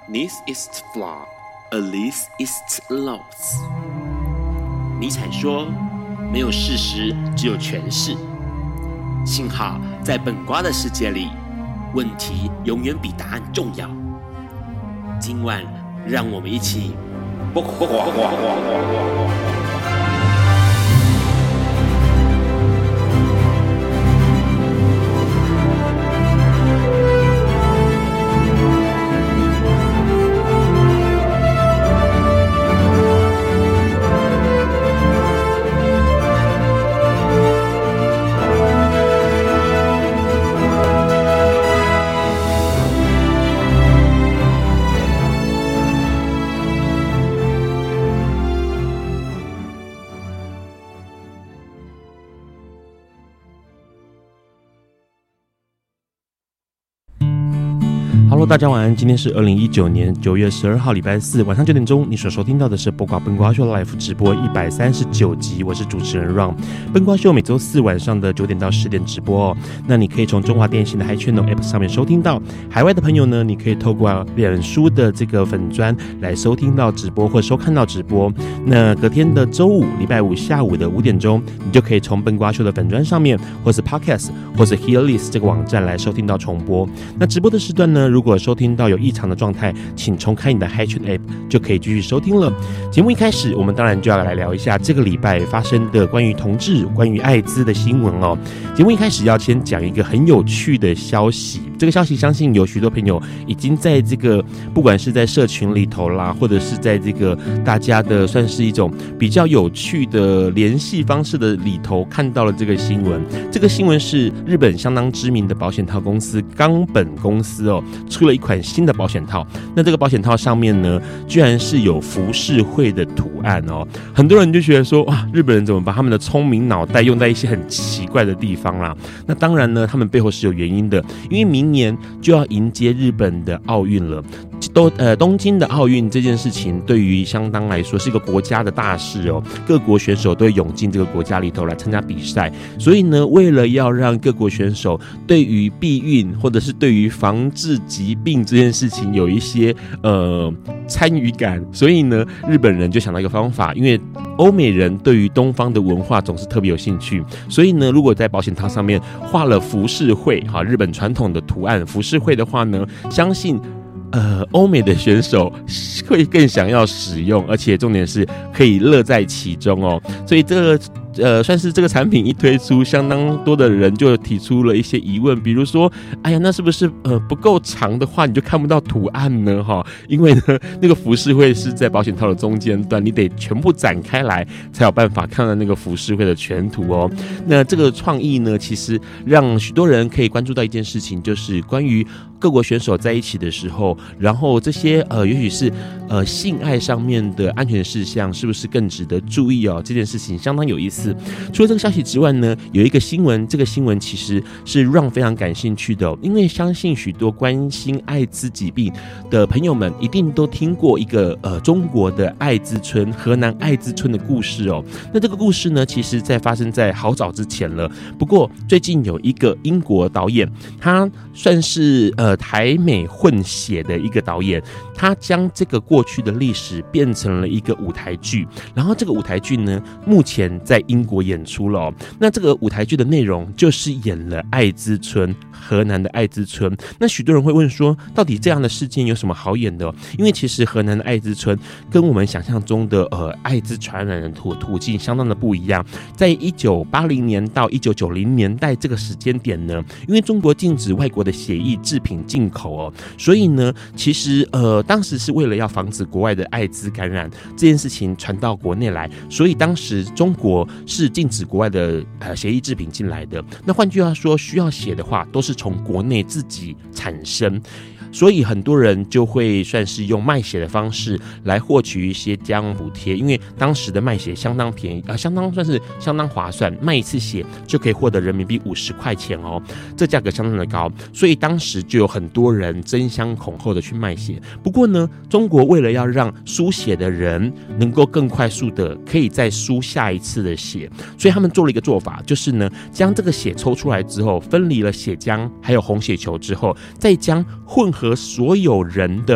This is flawed, at least it's lost。尼采说：“没有事实，只有诠释。”幸好在本瓜的世界里，问题永远比答案重要。今晚，让我们一起 Hello， 大家晚安。今天是2019年9月12号，礼拜四晚上9点钟。你所收听到的是播瓜笨瓜秀 Live 直播139集，我是主持人 Ron。笨瓜秀每周四晚上的9点到10点直播哦。那你可以从中华电信的 HiChannel App 上面收听到。海外的朋友呢，你可以透过脸书的这个粉专来收听到直播或收看到直播。那隔天的周五、礼拜五下午的5点钟，你就可以从笨瓜秀的粉专上面，或是 Podcast， 或是 Hearlist 这个网站来收听到重播。那直播的时段呢，如果收听到有异常的状态，请重开你的 HiChannel App 就可以继续收听了。节目一开始，我们当然就要来聊一下这个礼拜发生的关于同志、关于艾滋的新闻哦。节目一开始要先讲一个很有趣的消息，这个消息相信有许多朋友已经在这个不管是在社群里头啦，或者是在这个大家的算是一种比较有趣的联系方式的里头看到了这个新闻。这个新闻是日本相当知名的保险套公司冈本公司哦，出了一款新的保险套。那这个保险套上面呢，居然是有浮世绘的图案哦。很多人就觉得说，哇，日本人怎么把他们的聪明脑袋用在一些很奇怪的地方啦？那当然呢，他们背后是有原因的，因为明年就要迎接日本的奥运了。东京的奥运这件事情，对于相当来说是一个国家的大事哦。各国选手都会涌进这个国家里头来参加比赛，所以呢，为了要让各国选手对于避孕或者是对于防治疾病这件事情有一些参与感，所以呢，日本人就想到一个方法，因为欧美人对于东方的文化总是特别有兴趣，所以呢，如果在保险套上面画了浮世绘，日本传统的图案浮世绘的话呢，相信欧美的选手会更想要使用，而且重点是可以乐在其中哦。所以这个算是这个产品一推出，相当多的人就提出了一些疑问，比如说，哎呀，那是不是不够长的话，你就看不到图案呢？哈，因为呢，那个浮世绘是在保险套的中间段，你得全部展开来，才有办法看到那个浮世绘的全图哦。那这个创意呢，其实让许多人可以关注到一件事情，就是关于各国选手在一起的时候，然后这些也许是性爱上面的安全事项，是不是更值得注意哦？这件事情相当有意思。除了这个消息之外呢，有一个新闻，这个新闻其实是让非常感兴趣的哦，因为相信许多关心艾滋疾病的朋友们一定都听过一个中国的艾滋村，河南艾滋村的故事哦。那这个故事呢，其实在发生在好早之前了。不过最近有一个英国导演，他算是台美混血的一个导演，他将这个过去的历史变成了一个舞台剧，然后这个舞台剧呢，目前在英国演出了哦。那这个舞台剧的内容就是演了艾滋村，河南的艾滋村。那许多人会问说，到底这样的事件有什么好演的哦？因为其实河南的艾滋村跟我们想象中的艾滋传染的途径相当的不一样。在1980年到1990年代这个时间点呢，因为中国禁止外国的血液制品进口哦，所以呢，其实当时是为了要防止国外的艾滋感染这件事情传到国内来，所以当时中国是禁止国外的血液制品进来的。那换句话说，需要血的话，都是从国内自己产生。所以很多人就会算是用卖血的方式来获取一些家用补贴，因为当时的卖血相当便宜相当划算，卖一次血就可以获得人民币50块钱哦，这价格相当的高，所以当时就有很多人争相恐后的去卖血。不过呢，中国为了要让输血的人能够更快速的可以再输下一次的血，所以他们做了一个做法，就是呢，将这个血抽出来之后，分离了血浆还有红血球之后，再将混合所有人的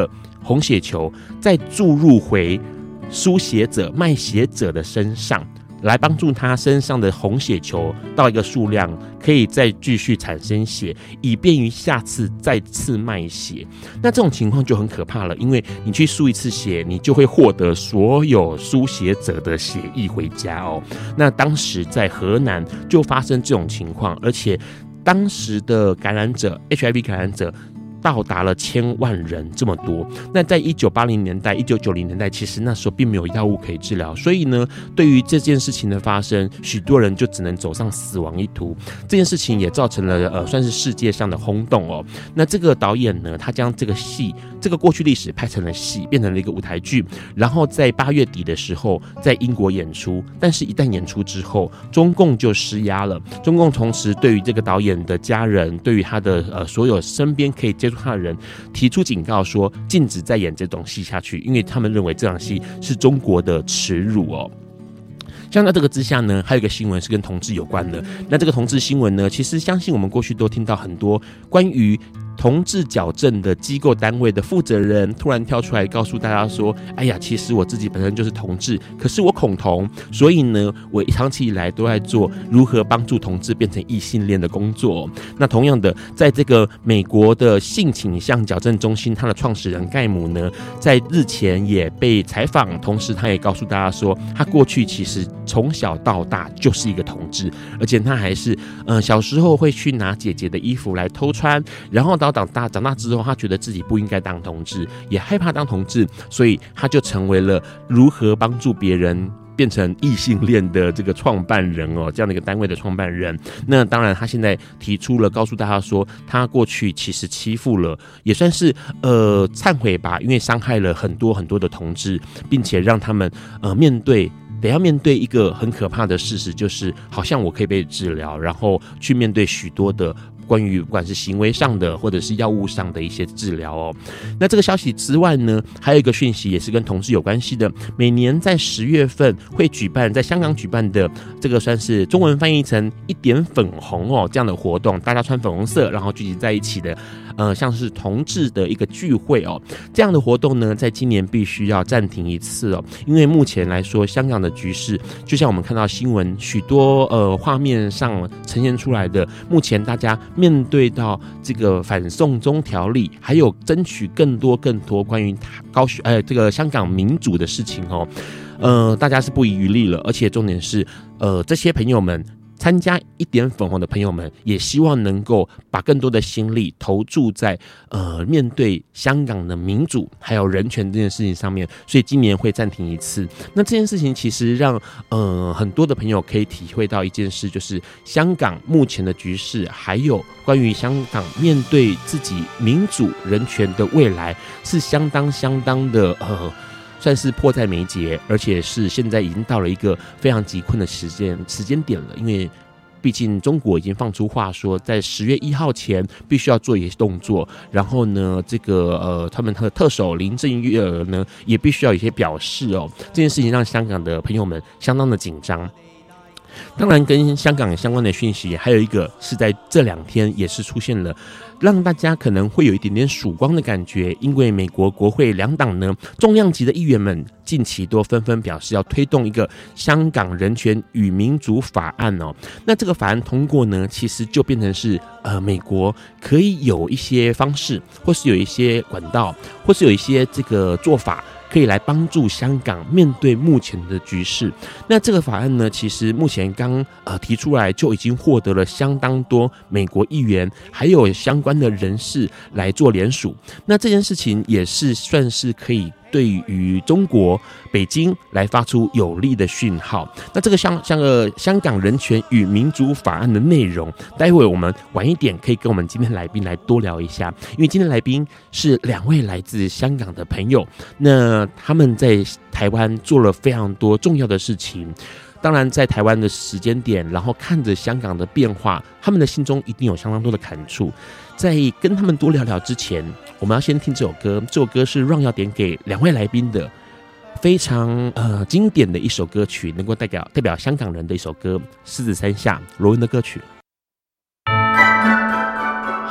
红血球再注入回输血者卖血者的身上，来帮助他身上的红血球到一个数量可以再继续产生血，以便于下次再次卖血。那这种情况就很可怕了，因为你去输一次血，你就会获得所有输血者的血液回家哦。那当时在河南就发生这种情况，而且当时的感染者 HIV 感染者到达了1000万人这么多。那在1980年代、1990年代，其实那时候并没有药物可以治疗，所以呢，对于这件事情的发生，许多人就只能走上死亡一途。这件事情也造成了算是世界上的轰动哦。那这个导演呢，他将这个过去历史拍成了戏，变成了一个舞台剧，然后在8月底的时候在英国演出。但是，一旦演出之后，中共就施压了。中共同时对于这个导演的家人，对于他的所有身边可以接触他的人提出警告，说禁止再演这种戏下去，因为他们认为这场戏是中国的耻辱哦。像在这个之下呢，还有一个新闻是跟同志有关的。那这个同志新闻呢，其实相信我们过去都听到很多关于同志矫正的机构单位的负责人突然跳出来告诉大家说，哎呀，其实我自己本身就是同志，可是我恐同，所以呢，我长期以来都在做如何帮助同志变成异性恋的工作。那同样的，在这个美国的性倾向矫正中心，他的创始人盖姆呢，在日前也被采访，同时他也告诉大家说，他过去其实从小到大就是一个同志，而且他还是小时候会去拿姐姐的衣服来偷穿，然后到长大之后，他觉得自己不应该当同志，也害怕当同志，所以他就成为了如何帮助别人变成异性恋的这个创办人哦，这样的一个单位的创办人。那当然，他现在提出了告诉大家说，他过去其实欺负了，也算是忏悔吧，因为伤害了很多很多的同志，并且让他们得要面对一个很可怕的事实，就是好像我可以被治疗，然后去面对许多的关于不管是行为上的或者是药物上的一些治疗哦。那这个消息之外呢，还有一个讯息也是跟同志有关系的。每年在10月份会举办在香港举办的这个算是中文翻译成一点粉红哦这样的活动，大家穿粉红色然后聚集在一起的像是同志的一个聚会哦。这样的活动呢，在今年必须要暂停一次哦，因为目前来说，香港的局势就像我们看到新闻许多画面上呈现出来的，目前大家面对到这个反送中条例，还有争取更多关于这个香港民主的事情哦，大家是不遗余力了，而且重点是这些朋友们。参加一点粉红的朋友们，也希望能够把更多的心力投注在面对香港的民主还有人权这件事情上面，所以今年会暂停一次。那这件事情其实让很多的朋友可以体会到一件事，就是香港目前的局势，还有关于香港面对自己民主人权的未来，是相当的算是迫在眉睫，而且是现在已经到了一个非常急困的时间点了。因为毕竟中国已经放出话说，在10月1号前必须要做一些动作，然后呢，这个他们的特首林郑月娥呢，也必须要有一些表示哦。这件事情让香港的朋友们相当的紧张。当然，跟香港相关的讯息，还有一个是在这2天也是出现了，让大家可能会有一点点曙光的感觉，因为美国国会2党呢，重量级的议员们近期都纷纷表示要推动一个香港人权与民主法案哦。那这个法案通过呢，其实就变成是美国可以有一些方式，或是有一些管道，或是有一些这个做法。可以来帮助香港面对目前的局势。那这个法案呢，其实目前刚提出来就已经获得了相当多美国议员还有相关的人士来做联署。那这件事情也是算是可以对于中国北京来发出有力的讯号。那这个香港人权与民主法案的内容，待会我们晚一点可以跟我们今天来宾来多聊一下，因为今天来宾是2位来自香港的朋友，那他们在台湾做了非常多重要的事情。当然在台湾的时间点，然后看着香港的变化，他们的心中一定有相当多的感触。在跟他们多聊聊之前，我们要先听这首歌。这首歌是Ron要点给2位来宾的非常经典的一首歌曲，能够代表香港人的一首歌，狮子山下罗文的歌曲。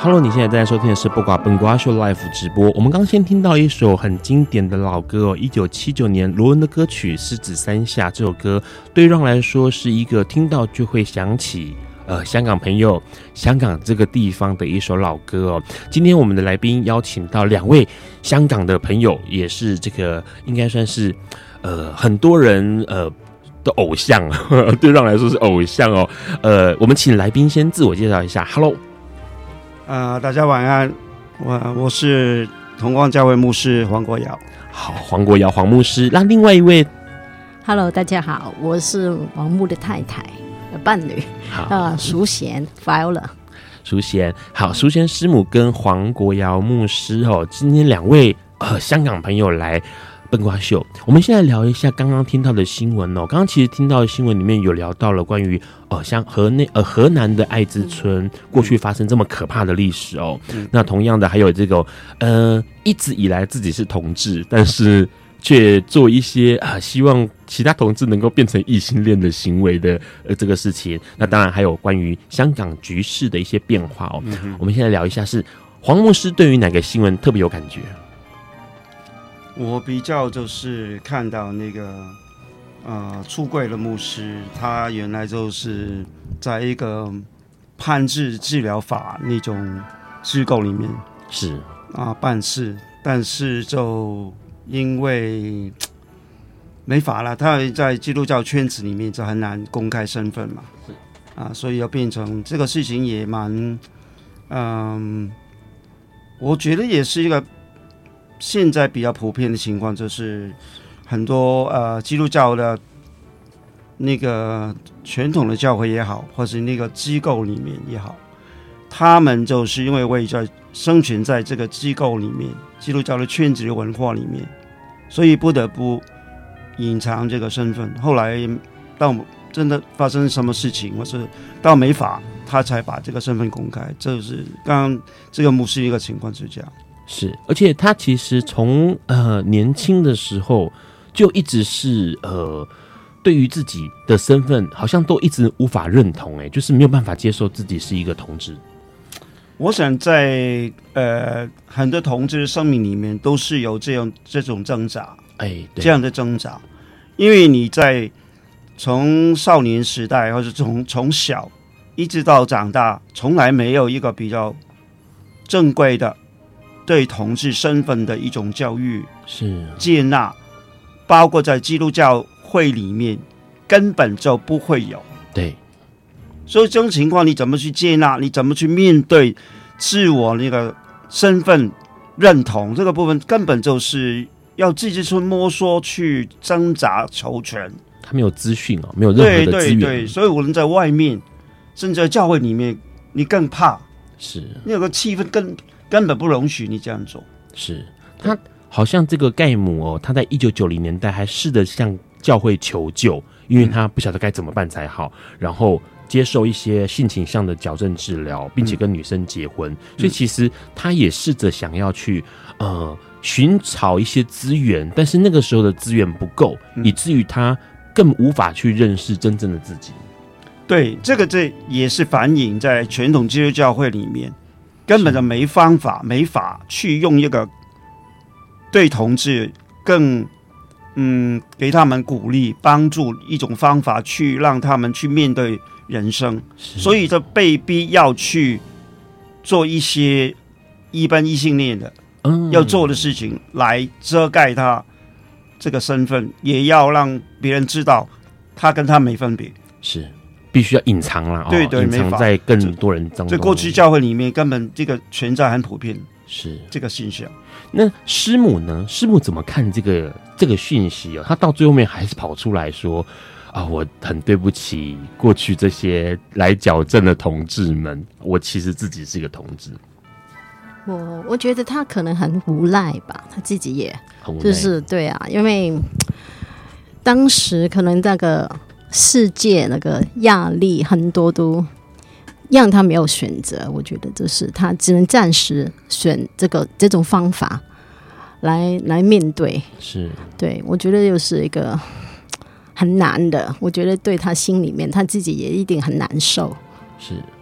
Hello， 你现在正在收听的是不瓜本瓜秀 Live 直播。我们刚先听到一首很经典的老歌哦，1979年罗文的歌曲《狮子山下》。这首歌对让来说是一个听到就会想起香港朋友、香港这个地方的一首老歌哦。今天我们的来宾邀请到2位香港的朋友，也是这个应该算是很多人的偶像，对让来说是偶像哦。我们请来宾先自我介绍一下。Hello。 大家晚安，我是同光教会牧师黄国尧。 好，黄国尧黄牧师。那另外一位 ，Hello， 大家好，我是王牧的太太伴侣，淑贤 Viola。 淑贤，好，淑贤师母跟黄国尧牧师哦，今天2位香港朋友来笨瓜秀。我们现在聊一下刚刚听到的新闻哦。刚刚其实听到的新闻里面有聊到了关于像河南的爱之村过去发生这么可怕的历史哦。那同样的还有这个一直以来自己是同志，但是却做一些希望其他同志能够变成异性恋的行为的这个事情。那当然还有关于香港局势的一些变化哦。我们现在聊一下，是黄牧师对于哪个新闻特别有感觉？ 我比较就是看到那个出柜的牧师，他原来就是在一个判治治疗法那种机构里面是办事，但是就因为没法了，他在基督教圈子里面就很难公开身份嘛，所以要变成这个事情也蛮我觉得也是一个现在比较普遍的情况，就是很多基督教的那个传统的教会也好，或是那个机构里面也好，他们就是因为为在生存在这个机构里面，基督教的圈子的文化里面，所以不得不隐藏这个身份。后来到真的发生什么事情，或是到没法，他才把这个身份公开。这是刚刚这个牧师一个情况是这样。 是，而且他其实从年轻的时候就一直是对于自己的身份好像都一直无法认同，就是没有办法接受自己是一个同志。 我想在很多同志生命里面都是有这种挣扎，这样的挣扎，因为你在从少年时代或者从小一直到长大，从来没有一个比较正规的对同志身份的一种教育是接纳，包括在基督教会里面根本就不会有。 对， 所以这种情况你怎么去接纳，你怎么去面对自我那个身份认同这个部分，根本就是要自己去摸索去挣扎求全。 他没有资讯没有任何的资源。 对，所以我们在外面甚至在教会里面你更怕， 是那个气氛根本不容许你这样做。 是他好像这个盖姆他在1990年代还试着向教会求救，因为他不晓得该怎么办才好，然后接受一些性倾向的矫正治疗，并且跟女生结婚，所以其实他也试着想要去寻找一些资源，但是那个时候的资源不够，以至于他更无法去认识真正的自己。 对，这也是反映在传统基督教会里面根本就没方法没法去用一个对同志更给他们鼓励帮助一种方法去让他们去面对人生，所以就被逼要去做一些一般异性恋的要做的事情来遮盖他这个身份，也要让别人知道他跟他没分别， 是必须要隐藏啦， 对， 隐藏在更多人当中。 在过去教会里面根本这个存在很普遍， 是这个现象。 那师母呢？师母怎么看这个讯息他到最后面还是跑出来说我很对不起过去这些来矫正的同志们，我其实自己是一个同志。 我觉得他可能很无奈吧，他自己也就是对啊，因为当时可能那个世界那个压力很多都让他没有选择，我觉得就是他只能暂时选这种方法来面对。 是， 对，我觉得又是一个很难的，我觉得对他心里面他自己也一定很难受。 是， 对，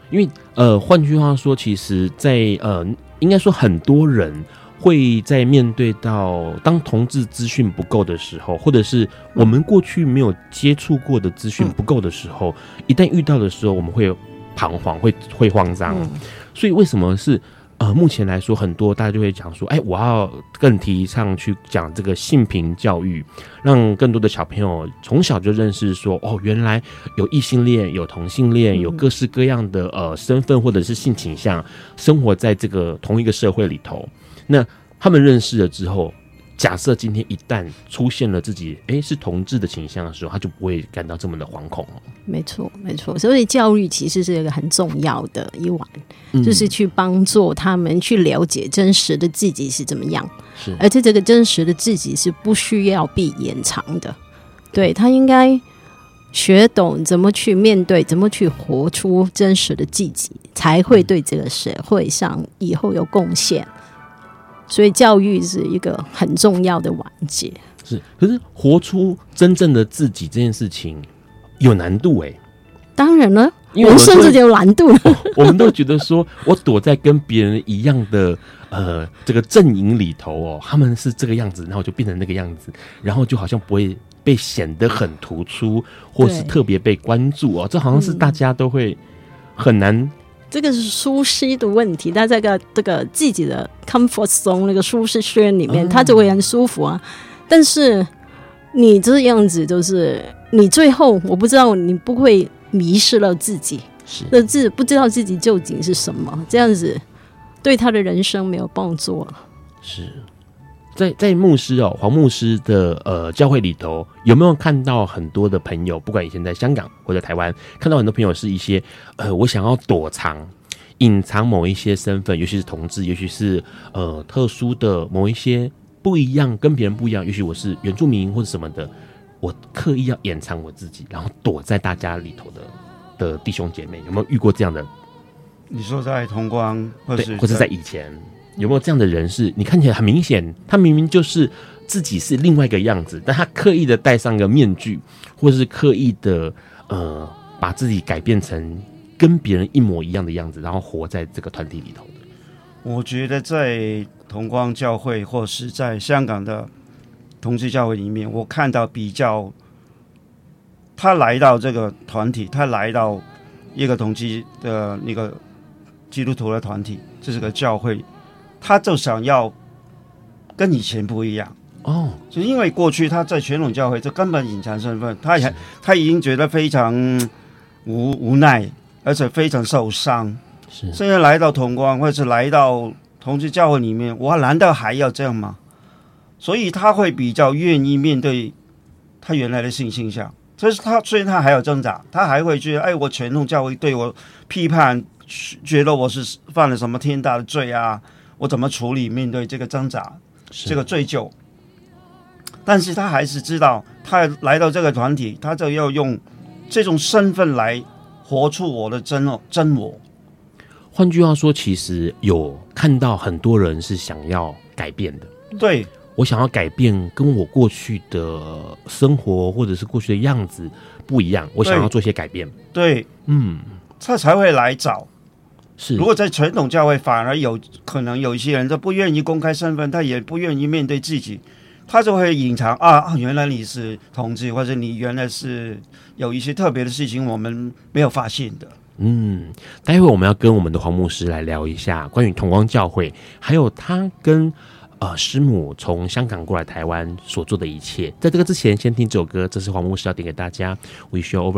因为换句话说，其实在应该说很多人会在面对到当同志资讯不够的时候，或者是我们过去没有接触过的资讯不够的时候，一旦遇到的时候，我们会彷徨，会慌张。所以为什么是目前来说，很多大家就会讲说，哎，我要更提倡去讲这个性平教育，让更多的小朋友从小就认识说，哦，原来有异性恋、有同性恋、有各式各样的身份或者是性倾向，生活在这个同一个社会里头。那他们认识了之后，假设今天一旦出现了自己是同志的倾向的时候，他就不会感到这么的惶恐。 没错没错，所以教育其实是一个很重要的一环，就是去帮助他们去了解真实的自己是怎么样，而且这个真实的自己是不需要被掩藏的。对，他应该学懂怎么去面对，怎么去活出真实的自己，才会对这个社会上以后有贡献。所以教育是一个很重要的环节。 是，可是活出真正的自己这件事情有难度当然了，人生这就有难度了。 我们都觉得说，我躲在跟别人一样的这个阵营里头他们是这个样子，然后我就变成那个样子，然后就好像不会被显得很突出，或是特别被关注这好像是大家都会很难。 这个是舒适的问题，他在这个自己的 comfort zone 那个舒适圈里面，他就会很舒服啊。但是你这样子，就是你最后我不知道，你不会迷失了自己，不知道自己究竟是什么，这样子对他的人生没有帮助。 是在牧师黄牧师的教会里头，有没有看到很多的朋友，不管以前在香港或者台湾，看到很多朋友是一些我想要躲藏、隐藏某一些身份，尤其是同志，尤其是特殊的某一些不一样，跟别人不一样，也许我是原住民或者什么的，我刻意要掩藏我自己，然后躲在大家里头的弟兄姐妹，有没有遇过这样的？ 你说在同光，或者在以前？有没有这样的人是你看起来很明显，他明明就是自己是另外一个样子，但他刻意的戴上个面具，或是刻意的把自己改变成跟别人一模一样的样子，然后活在这个团体里头的？ 我觉得在同光教会或是在香港的同志教会里面，我看到比较他来到这个团体，他来到一个同志的那个基督徒的团体，这是个教会，他就想要跟以前不一样就因为过去他在传统教会就根本隐藏身份，他已经觉得非常无奈，而且非常受伤。现在来到同光或者是来到同志教会里面，我难道还要这样吗？所以他会比较愿意面对他原来的性倾向，所以他还有挣扎，他还会觉得我传统教会对我批判，觉得我是犯了什么天大的罪啊，我怎么处理面对这个挣扎，这个追究。但是他还是知道，他来到这个团体，他就要用这种身份来活出我的真我。 换句话说，其实有看到很多人是想要改变的。 对， 我想要改变跟我过去的生活或者是过去的样子不一样，我想要做些改变。 对，他才会来找。 是， 如果在传统教会，反而可能有一些人他不愿意公开身份，他也不愿意面对自己，他就会隐藏原来你是同志，或者你原来是有一些特别的事情我们没有发现的。 待会我们要跟我们的黄牧师来聊一下关于同光教会，还有他跟师母从香港过来台湾所做的一切。在这个之前，先听这首歌，这是黄牧师要点给大家 We Shall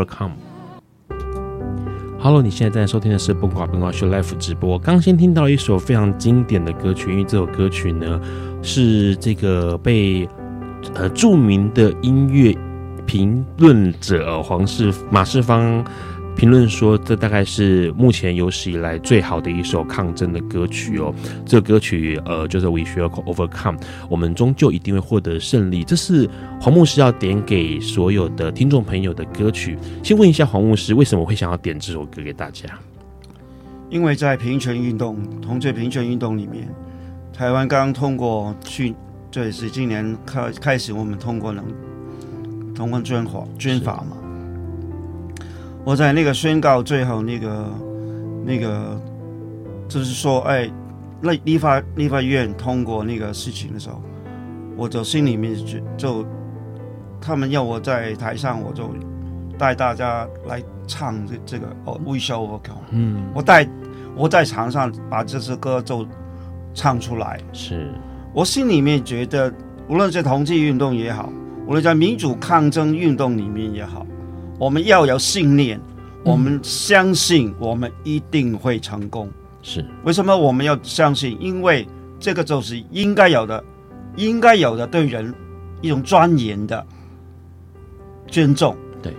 Overcome。Hello， 你现在正在收听的是笨瓜秀 Live 直播。刚先听到一首非常经典的歌曲，因为这首歌曲呢是这个被著名的音乐评论者马世芳评论说，这大概是目前有史以来最好的一首抗争的歌曲这个歌曲就是 We Shall Overcome， 我们终究一定会获得胜利。这是黄牧师要点给所有的听众朋友的歌曲。先问一下黄牧师，为什么会想要点这首歌给大家？ 因为在平权运动、同志平权运动里面，台湾刚通过这也是今年开始我们通过同婚捐法嘛。我在那个宣告最后那个那个就是说，立法院通过那个事情的时候，我就心里面就他们要我在台上，我就带大家来唱这个We Shall Overcome。我在场上把这首歌就唱出来。 是我心里面觉得，无论在同志运动也好，无论在民主抗争运动里面也好，我们要有信念，我们相信我们一定会成功。 是为什么我们要相信？因为这个就是应该有的对人一种庄严的尊重。 对，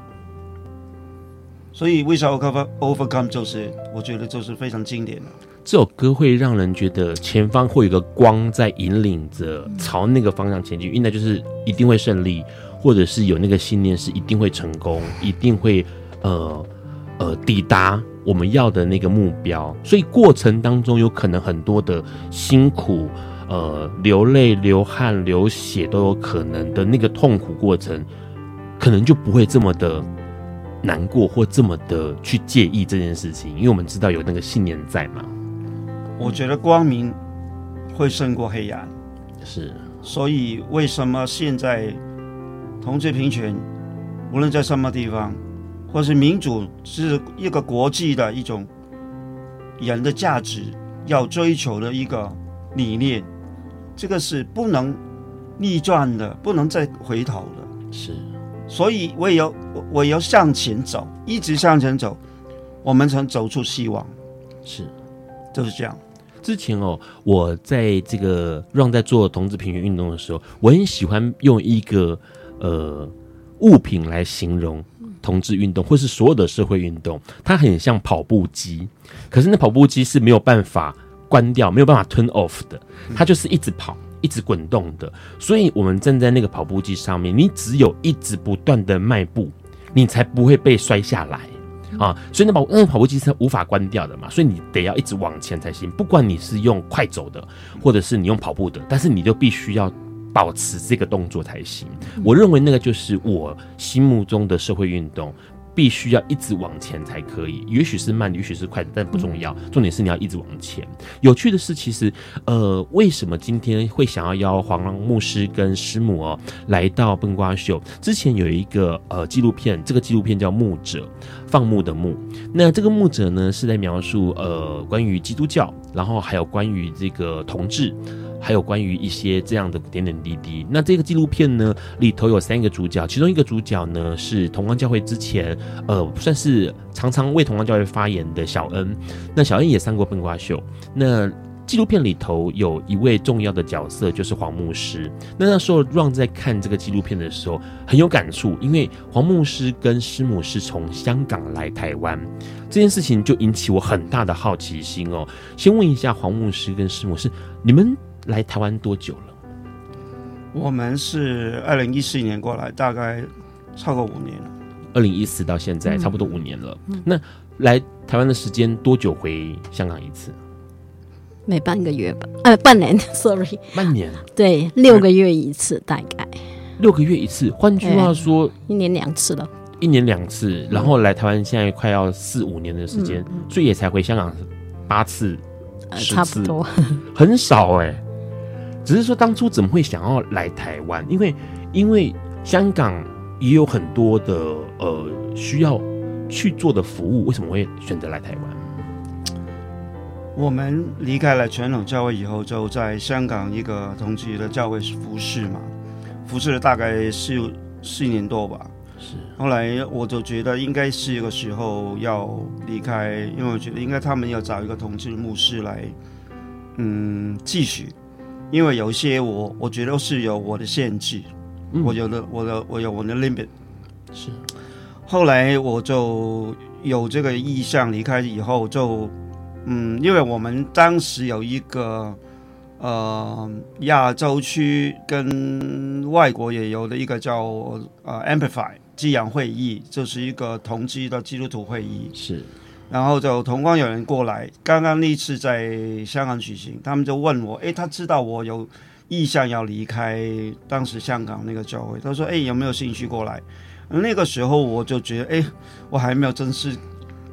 所以 We Shall Overcome 就是我觉得就是非常经典的。 这首歌会让人觉得前方会有一个光在引领着朝那个方向前进，因为那就是一定会胜利，或者是有那个信念是一定会成功，一定会抵达我们要的那个目标。所以过程当中有可能很多的辛苦，流泪、流汗、流血都有可能的那个痛苦过程，可能就不会这么的难过或这么的去介意这件事情，因为我们知道有那个信念在嘛。 我觉得光明会胜过黑暗， 是。 所以为什么现在同志平权，无论在什么地方，或是民主是一个国际的一种人的价值要追求的一个理念，这个是不能逆转的，不能再回头的。 是。 所以我要向前走，一直向前走，我们才走出希望。 是， 就是这样。 之前我在这个让在做同志平权运动的时候，我很喜欢用一个物品来形容同志运动，或是所有的社会运动，它很像跑步机，可是那跑步机是没有办法关掉，没有办法 turn off 的，它就是一直跑。一直滚动的，所以我们站在那个跑步机上面，你只有一直不断的迈步，你才不会被摔下来啊！所以那跑步机是无法关掉的嘛，所以你得要一直往前才行。不管你是用快走的，或者是你用跑步的，但是你就必须要保持这个动作才行。我认为那个就是我心目中的社会运动。必须要一直往前才可以，也许是慢，也许是快，但不重要。重点是你要一直往前。有趣的是，其实为什么今天会想要邀黄牧师跟师母来到笨瓜秀？之前有一个纪录片，这个纪录片叫《牧者》，放牧的牧。那这个牧者呢，是在描述关于基督教，然后还有关于这个同志。还有关于一些这样的点点滴滴。那这个纪录片呢，里头有3个主角，其中一个主角呢是同光教会之前算是常常为同光教会发言的小恩。那小恩也上过笨瓜秀。那纪录片里头有一位重要的角色，就是黄牧师。那时候 Ron 在看这个纪录片的时候很有感触，因为黄牧师跟师母是从香港来台湾，这件事情就引起我很大的好奇心先问一下黄牧师跟师母，是你们来台湾多久了？ 我们是2014年过来，大概超过5年了。 2014到现在差不多5年了。那来台湾的时间多久回香港一次？ 每半个月吧，半年 ，sorry， 半年， 对，6个月一次，大概 6个月一次。换句话说 ，1年2次了。 1年2次，然后来台湾现在快要4、5年的时间，所以也才回香港8次、10次， 差不多， 很少只是说当初怎么会想要来台湾？因为香港也有很多的需要去做的服务，为什么会选择来台湾？ 我们离开了传统教会以后，就在香港一个同志的教会服侍嘛，服侍了大概4年多吧。 是。 后来我就觉得应该是一个时候要离开，因为我觉得应该他们要找一个同志牧师来，继续。因为有些我觉得是有我的限制，我有我的 limit。 是。 后来我就有这个意向，离开以后就。因为我们当时有一个亚洲区跟外国也有的一个叫Amplify 激扬会议，就是一个同基的基督徒会议。 是， 然后就同光有人过来，刚刚那次在香港举行，他们就问我，他知道我有意向要离开当时香港那个教会，他说有没有兴趣过来？那个时候我就觉得我还没有正式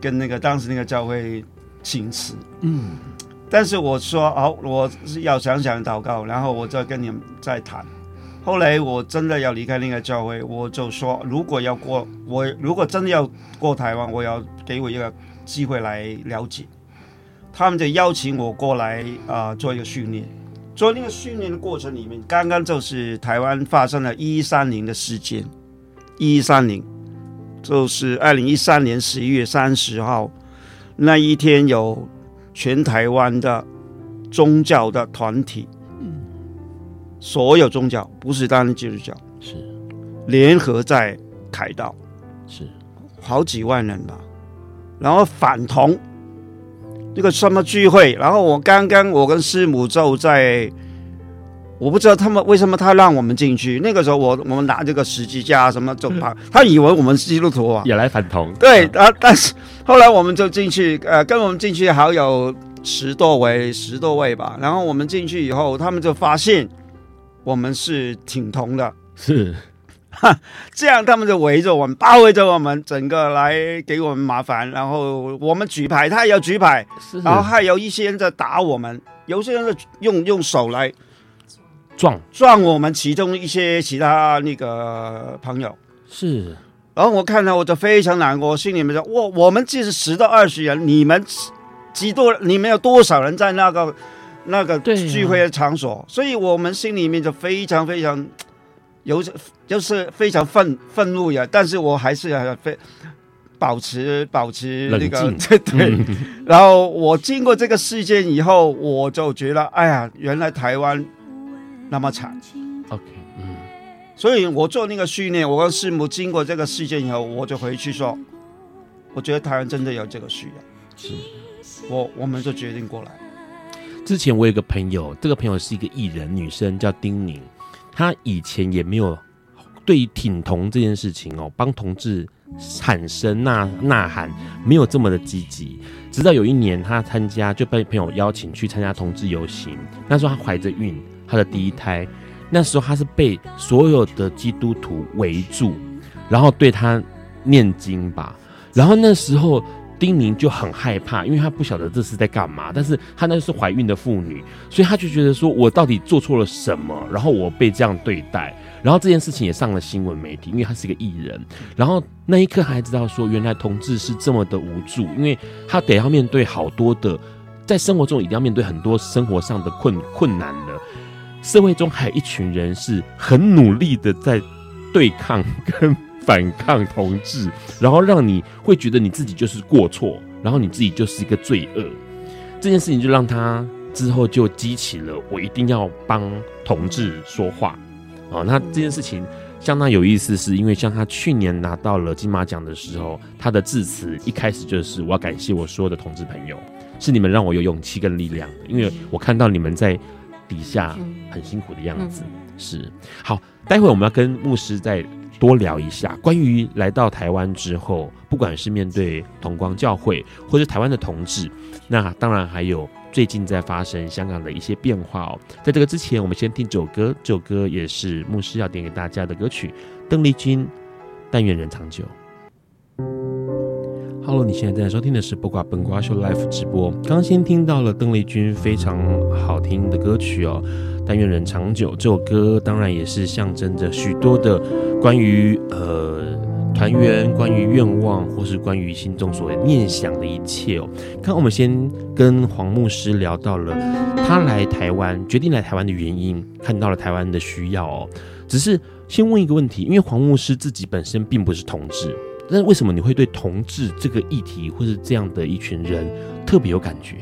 跟那个当时那个教会请辞。但是我说好，我是要想想祷告，然后我再跟你们再谈。后来我真的要离开那个教会，我就说如果真的要过台湾，我要给我一个机会来了解。他们就邀请我过来做一个训练。做那个训练的过程里面，刚刚就是台湾发生了1130的事件。1130就是2013年11月30号那一天，有全台湾的宗教的团体，所有宗教不是单单基督教， 是联合在凯道， 是好几万人吧，然后反同这个什么聚会，然后我跟师母就在，我不知道他们为什么他让我们进去。那个时候我们拿这个十字架什么就他以为我们是基督徒啊， 也来反同。 对但是后来我们就进去，跟我们进去好有10多位吧。然后我们进去以后，他们就发现我们是挺同的， 是这样他们就围着我们，包围着我们，整个来给我们麻烦。然后我们举牌，他也要举牌，然后还有一些人在打我们，有些人就用手来撞我们其中一些其他那个朋友。 是， 然后我看到我就非常难过，心里面说：我们即使10到20人，你们有多少人在那个聚会的场所？所以我们心里面就非常非常就是非常愤怒呀。但是我还是要保持那个冷静对。然后我经过这个事件以后，我就觉得，哎呀，原来台湾那么惨。 OK， 所以我做那个训练，我跟师母经过这个事件以后，我就回去说，我觉得台湾真的有这个需要， 是， 我们就决定过来。 之前我有一个朋友，这个朋友是一个艺人，女生叫丁宁，她以前也没有对于挺同这件事情帮同志喊声呐喊，没有这么的积极。直到有一年，她就被朋友邀请去参加同志游行，那时候她怀着孕，她的第一胎。那时候她是被所有的基督徒围住，然后对她念经吧。然后那时候丁宁就很害怕，因为她不晓得这是在干嘛，但是她那是怀孕的妇女，所以她就觉得说，我到底做错了什么，然后我被这样对待。然后这件事情也上了新闻媒体，因为她是个艺人。然后那一刻还知道说，原来同志是这么的无助，因为她得要面对好多的，在生活中一定要面对很多生活上的困难的。社会中还有一群人是很努力的在对抗跟反抗同志，然后让你会觉得你自己就是过错，然后你自己就是一个罪恶。这件事情就让他之后就激起了我一定要帮同志说话。那这件事情相当有意思，是因为像他去年拿到了金马奖的时候，他的致辞一开始就是我要感谢我所有的同志朋友，是你们让我有勇气跟力量的，因为我看到你们在底下很辛苦的样子。是，好，待会我们要跟牧师再多聊一下关于来到台湾之后，不管是面对同光教会或是台湾的同志，那当然还有最近在发生香港的一些变化在这个之前，我们先听这首歌，这首歌也是牧师要点给大家的歌曲，邓丽君《但愿人长久》。Hello， 你现在在收听的是播瓜本瓜秀 Live 直播。刚先听到了邓丽君非常好听的歌曲但愿人长久。这首歌当然也是象征着许多的关于团圆、关于愿望，或是关于心中所念想的一切刚刚我们先跟黄牧师聊到了他来台湾，决定来台湾的原因，看到了台湾的需要只是先问一个问题，因为黄牧师自己本身并不是同志。但是为什么你会对同志这个议题或是这样的一群人特别有感觉？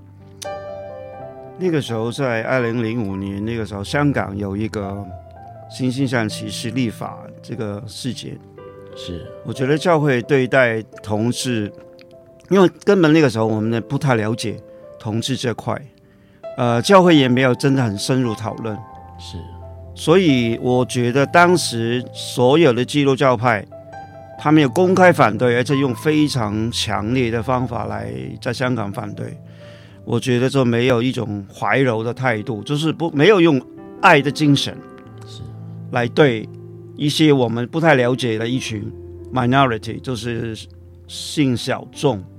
那个时候在2005年，那个时候香港有一个性倾向歧视立法这个事件， 是我觉得教会对待同志，因为根本那个时候我们不太了解同志这块，教会也没有真的很深入讨论， 是， 所以我觉得当时所有的基督教派，他们有公开反对，而且用非常强烈的方法来在香港反对。我觉得就没有一种怀柔的态度，就是没有用爱的精神来对一些我们不太了解的一群 minority， 就是性小众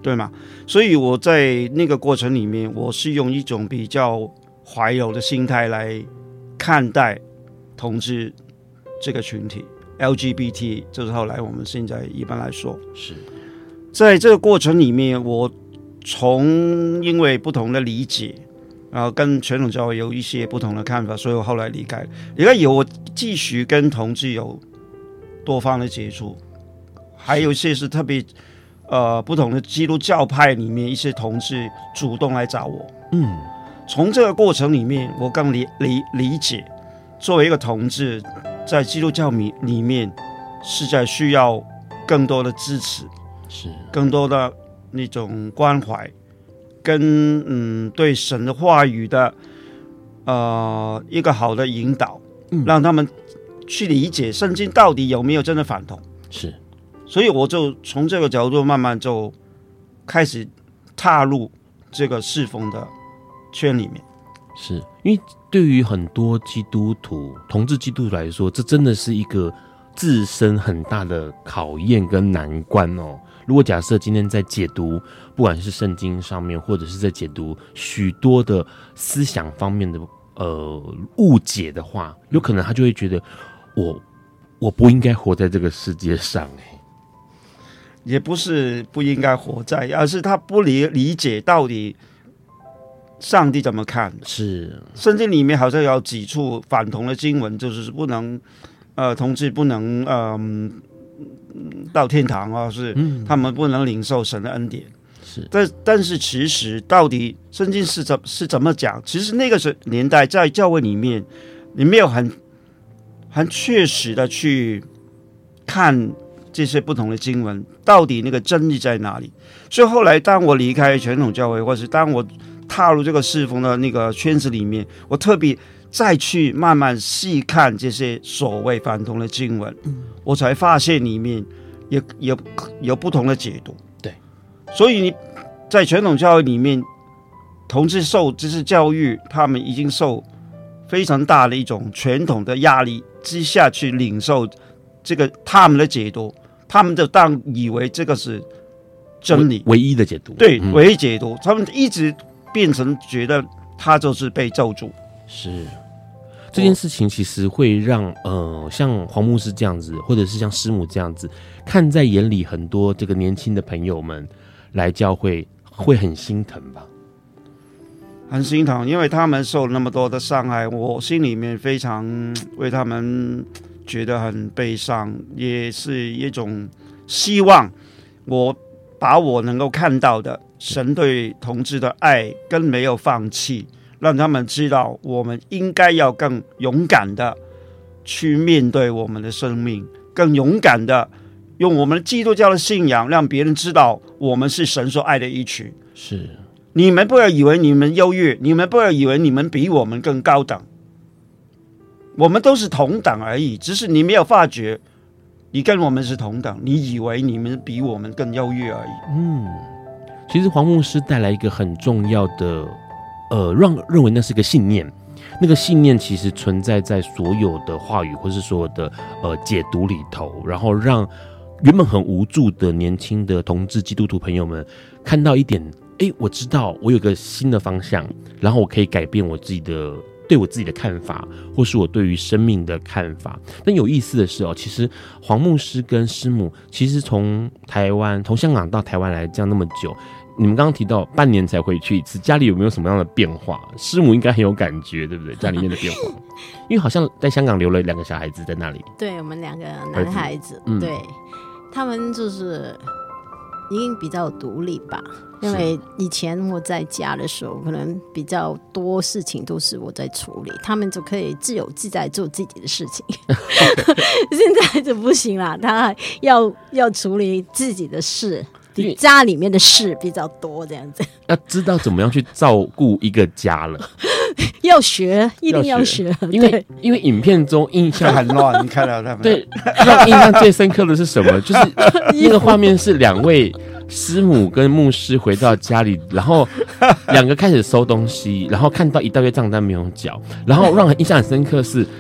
对吗？所以我在那个过程里面，我是用一种比较怀柔的心态来看待同志这个群体 LGBT， 就是后来我们现在一般来说是在这个过程里面，我从因为不同的理解，然后跟传统教会有一些不同的看法，所以我后来离开。离开以后，我继续跟同志有多方的接触，还有一些是特别不同的基督教派里面一些同志主动来找我。从这个过程里面，我更理解，作为一个同志，在基督教里面是在需要更多的支持， 是更多的那种关怀，跟对神的话语的一个好的引导，让他们去理解圣经到底有没有真的反同。 是， 所以我就从这个角度慢慢就开始踏入这个侍奉的圈里面。 是因为对于很多基督徒、同志基督徒来说，这真的是一个自身很大的考验跟难关哦。如果假设今天在解读，不管是圣经上面，或者是在解读许多的思想方面的误解的话，有可能他就会觉得我不应该活在这个世界上。 也不是不应该活在，而是他不理解到底上帝怎么看。 是圣经里面好像有几处反同的经文，就是不能同志不能到天堂啊，是他们不能领受神的恩典。 是， 但是其实到底圣经是怎么讲？其实那个年代在教会里面，你没有很确实的去看这些不同的经文，到底那个真理在哪里？所以后来当我离开传统教会，或是当我踏入这个侍奉的那个圈子里面，我特别再去慢慢细看这些所谓反同的经文，我才发现里面也有不同的解读。 对， 所以你在传统教育里面，同志受知识教育，他们已经受非常大的一种传统的压力之下去领受这个他们的解读，他们就当以为这个是真理， 唯一的解读。 对，唯一解读，他们一直变成觉得他就是被咒诅。 是，这件事情其实会让像黄牧师这样子，或者是像师母这样子，看在眼里，很多这个年轻的朋友们来教会会很心疼吧？ 很心疼，因为他们受了那么多的伤害，我心里面非常为他们觉得很悲伤，也是一种希望，我把我能够看到的神对同志的爱跟没有放弃，让他们知道我们应该要更勇敢的去面对我们的生命，更勇敢的用我们基督教的信仰让别人知道我们是神所爱的一群。 是， 你们不要以为你们优越，你们不要以为你们比我们更高等，我们都是同等而已，只是你没有发觉你跟我们是同等，你以为你们比我们更优越而已。 其实黄牧师带来一个很重要的认为那是个信念，那个信念其实存在在所有的话语或是所有的解读里头，然后让原本很无助的年轻的同志基督徒朋友们看到一点，我知道我有个新的方向，然后我可以改变我自己的对我自己的看法，或是我对于生命的看法。但有意思的是其实黄牧师跟师母其实从香港到台湾来这样那么久，你们刚刚提到半年才回去一次，家里有没有什么样的变化？师母应该很有感觉，对不对？家里面的变化，因为好像在香港留了2个小孩子在那里。 对，我们2个男孩子，对，他们就是已经比较独立吧。因为以前我在家的时候，可能比较多事情都是我在处理，他们就可以自由自在做自己的事情。现在就不行啦，他要处理自己的事，家里面的事比较多，这样子。 要知道怎么样去照顾一个家了， 一定要学。 因为影片中印象很乱，你看到他们对，让印象最深刻的是什么？就是那个画面是2位师母跟牧师回到家里，然后2个开始收东西，然后看到一大堆账单没有缴，然后让人印象很深刻是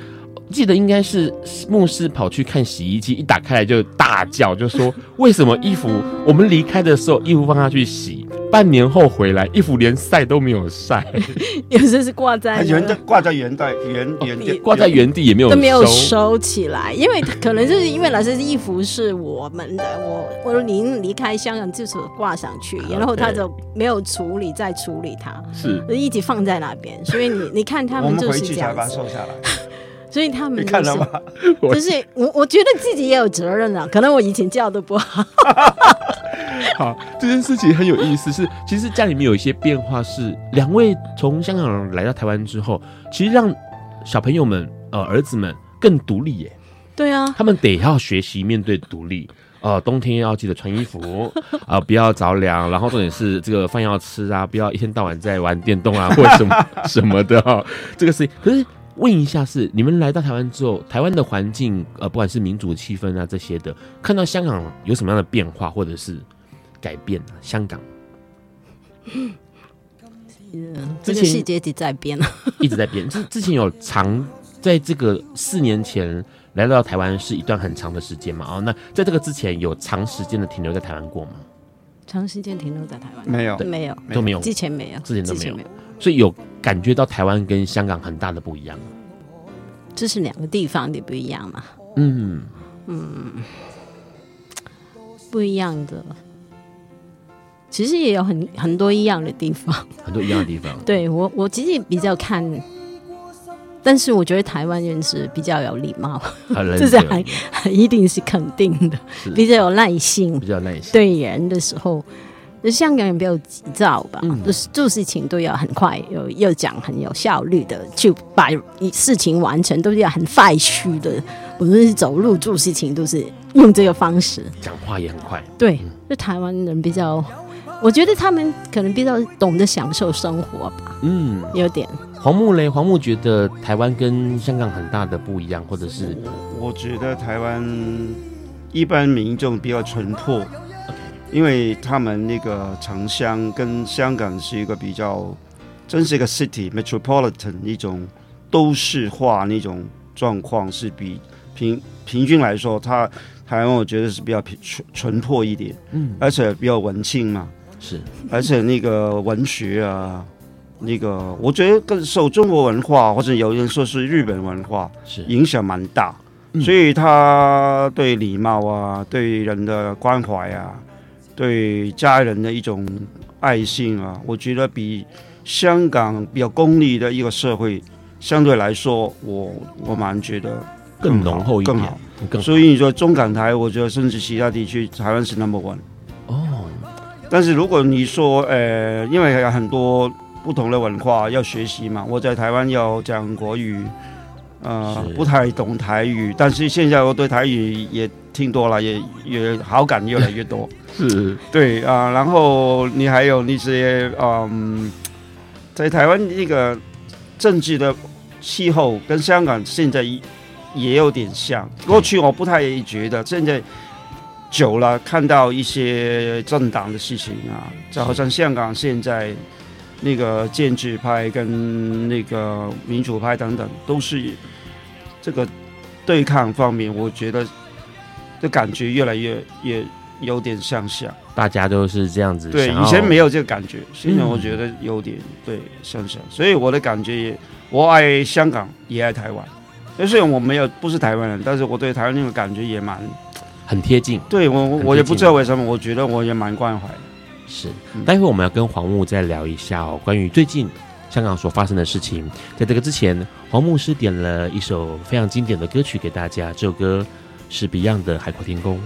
记得应该是牧师跑去看洗衣机，一打开来就大叫，就说为什么衣服我们离开的时候衣服放下去洗，半年后回来衣服连晒都没有晒， 有时是挂在挂在原地， 挂在原地也没有都没有收起来，因为可能就是因为那些衣服是我们的，我离开香港就是挂上去，然后他就没有处理再处理它， 是一直放在那边，所以你看他们就是这样子， 我们回去才把它收下来。 所以他们、就是、 你看了吗？ 就是我觉得自己也有责任啊，可能我以前教的不好。 好，这件事情很有意思，是其实家里面有一些变化，是两位从香港来到台湾之后，其实让小朋友们儿子们更独立耶。 对啊， 他们得要学习面对独立。冬天要记得穿衣服不要着凉，然后重点是这个饭要吃啊，不要一天到晚在玩电动啊或者什么的这个事情。可是问一下，是你们来到台湾之后，台湾的环境不管是民主气氛啊这些的，看到香港有什么样的变化或者是改变啊？香港这个世界一直在变一直在变。之前有在这个4年前来到台湾是一段很长的时间嘛？那在这个之前有长时间的停留在台湾过吗？ 长时间停留在台湾没有， 都没有， 之前没有， 之前都没有，所以有感觉到台湾跟香港很大的不一样。 这是两个地方的不一样嘛？不一样的。其实也有很多一样的地方， 很多一样的地方。 对我其实比较看，但是我觉得台湾人是比较有礼貌，这是一定是肯定的，比较有耐心，对人的时候。香港人比较急躁吧，做事情都要很快，要讲很有效率的，就把事情完成，都是要很快速的。无论是走路做事情，都是用这个方式。 讲话也很快。 对，就台湾人比较，我觉得他们可能比较懂得享受生活吧。有点。 黄木觉得台湾跟香港很大的不一样，或者是我觉得台湾一般民众比较淳朴。因为他们那个城乡跟香港是一个比较，真是一个 city metropolitan 一种都市化那种状况，是比平均来说，台湾我觉得是比较淳朴一点，而且比较文青嘛， 是，而且那个文学啊，那个我觉得更受中国文化或者有人说是日本文化影响蛮大，所以他对礼貌啊，对人的关怀啊。对家人的一种爱心啊，我觉得比香港比较功利的一个社会相对来说，我蛮觉得更浓厚一点， 更好。所以你说中港台，我觉得甚至其他地区，台湾是 No.1。但是如果你说因为有很多不同的文化要学习嘛，我在台湾要讲国语，不太懂台语，但是现在我对台语也听多了，也好感越来越多。 是， 对然后你还有那些在台湾那个政治的气候跟香港现在也有点像。过去我不太觉得，现在久了看到一些政党的事情啊，就好像香港现在那个建制派跟那个民主派等等，都是这个对抗方面，我觉得的感觉越来越有点像， 大家都是这样子。 对，以前没有这个感觉，现在我觉得有点对像。所以我的感觉我爱香港，也爱台湾。虽然我不是台湾人，但是我对台湾那个感觉也很贴近。 对，我也不知道为什么，我觉得我也蛮关怀。 是，待会我们要跟黄木再聊一下关于最近香港所发生的事情。在这个之前，黄牧师点了一首非常经典的歌曲给大家，这首歌是 Beyond 的《海阔天空》。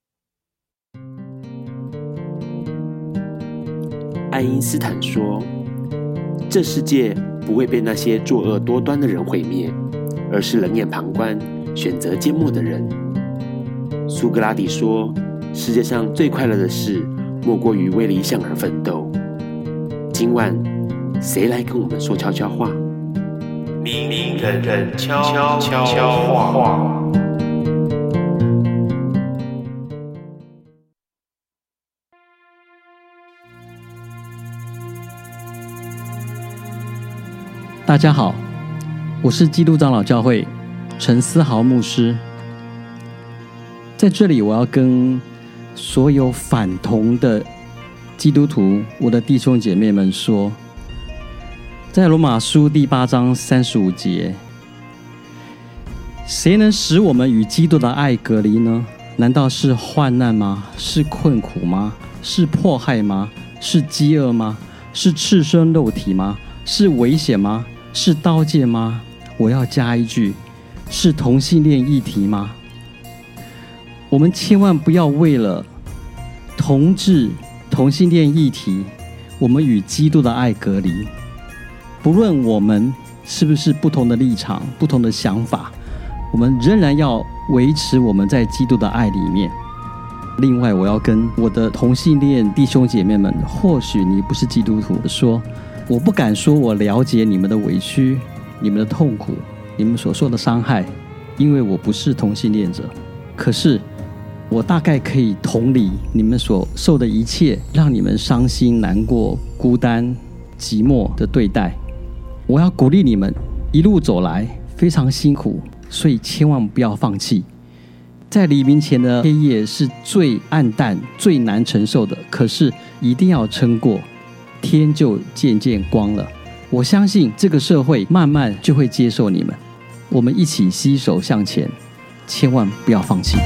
爱因斯坦说，这世界不会被那些作恶多端的人毁灭，而是冷眼旁观选择缄默的人。苏格拉底说，世界上最快乐的事莫过于为理想而奋斗。今晚谁来跟我们说悄悄话？明人悄悄话。 大家好，我是基督长老教会陈思豪牧师。在这里，我要跟所有反同的基督徒，我的弟兄姐妹们说，在罗马书第8章35节，谁能使我们与基督的爱隔离呢？难道是患难吗？是困苦吗？是迫害吗？是饥饿吗？是赤身肉体吗？是危险吗？是刀剑吗？我要加一句，是同性恋议题吗？我们千万不要为了同性恋议题，我们与基督的爱隔离。不论我们是不是不同的立场、不同的想法，我们仍然要维持我们在基督的爱里面。另外，我要跟我的同性恋弟兄姐妹们，或许你不是基督徒，说我不敢说我了解你们的委屈、你们的痛苦、你们所受的伤害，因为我不是同性恋者。可是我大概可以同理你们所受的一切，让你们伤心、难过、孤单、寂寞的对待。我要鼓励你们一路走来非常辛苦，所以千万不要放弃。在黎明前的黑夜是最暗淡、最难承受的，可是一定要撑过，天就渐渐光了。我相信这个社会慢慢就会接受你们。我们一起携手向前，千万不要放弃。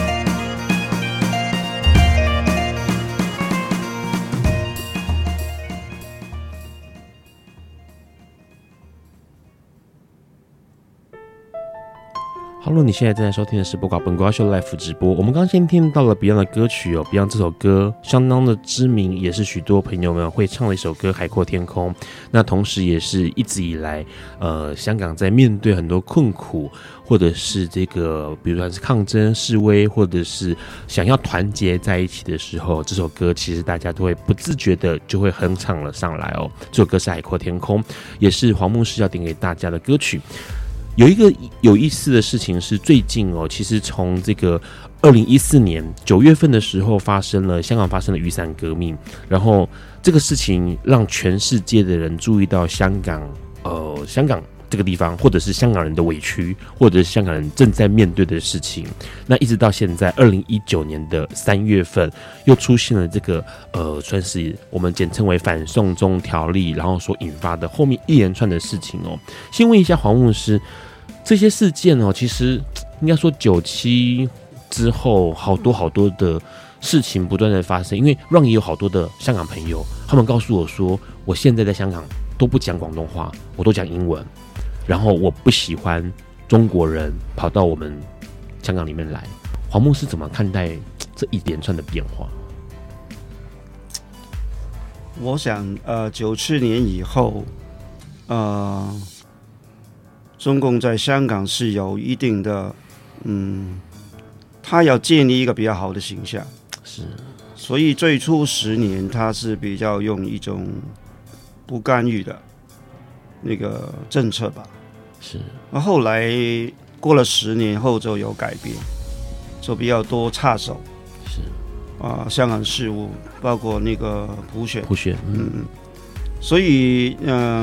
Hello， 你现在正在收听的是播瓜本瓜秀 Live 直播。我们刚先听到了 Beyond 的歌曲哦 ，Beyond 这首歌相当的知名，也是许多朋友们会唱的一首歌《海阔天空》。那同时也是一直以来，香港在面对很多困苦，或者是这个，比如说是抗争、示威，或者是想要团结在一起的时候，这首歌其实大家都会不自觉的就会哼唱了上来哦。这首歌是《海阔天空》，也是黄牧师要点给大家的歌曲。有一个有意思的事情是，最近哦，其实从这个2014年9月份的时候香港发生了雨伞革命，然后这个事情让全世界的人注意到香港这个地方，或者是香港人的委屈，或者是香港人正在面对的事情。那一直到现在2019年的3月份，又出现了这个算是我们简称为反送中条例，然后所引发的后面一连串的事情哦。先问一下黄牧师，这些事件哦，其实应该说97之后，好多的事情不断的发生。因为让也有好多的香港朋友，他们告诉我说，我现在在香港都不讲广东话，我都讲英文。然后我不喜欢中国人跑到我们香港里面来。黄牧师怎么看待这一连串的变化？ 我想，97年以后，中共在香港是有一定的，他要建立一个比较好的形象， 是， 所以最初10年他是比较用一种不干预的那个政策吧， 是。 那后来过了10年后就有改变，就比较多插手， 是香港事务，包括那个普选，所以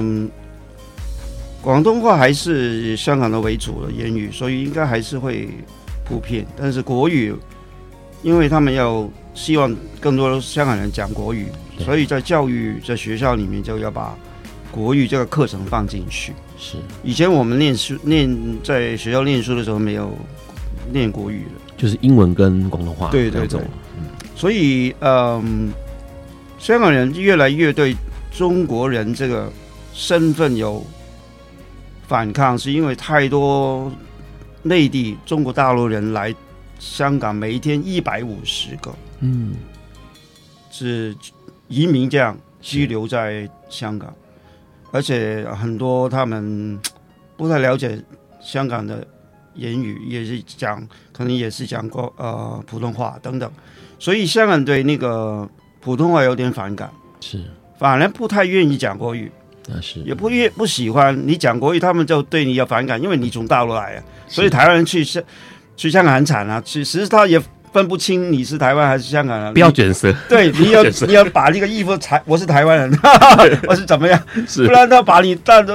广东话还是香港的为主的言语，所以应该还是会普遍。但是国语，因为他们要希望更多的香港人讲国语，所以在教育在学校里面就要把国语这个课程放进去。 是， 以前我们在学校念书的时候没有念国语的， 就是英文跟广东话。 对对对。所以香港人越来越对中国人这个身份有反抗，是因为太多内地中国大陆人来香港，每一天150个，是移民这样居留在香港，而且很多他们不太了解香港的言语，也是可能也是讲过普通话等等，所以香港对那个普通话有点反感， 是， 反而不太愿意讲国语。 是， 也不喜欢你讲国语，他们就对你有反感，因为你从大陆来啊，所以台湾人去香港很惨啊，其实他也分不清你是台湾还是香港人， 不要卷舌， 对，你要把这个衣服我是台湾人，我是怎么样， 是， 不然他把你当作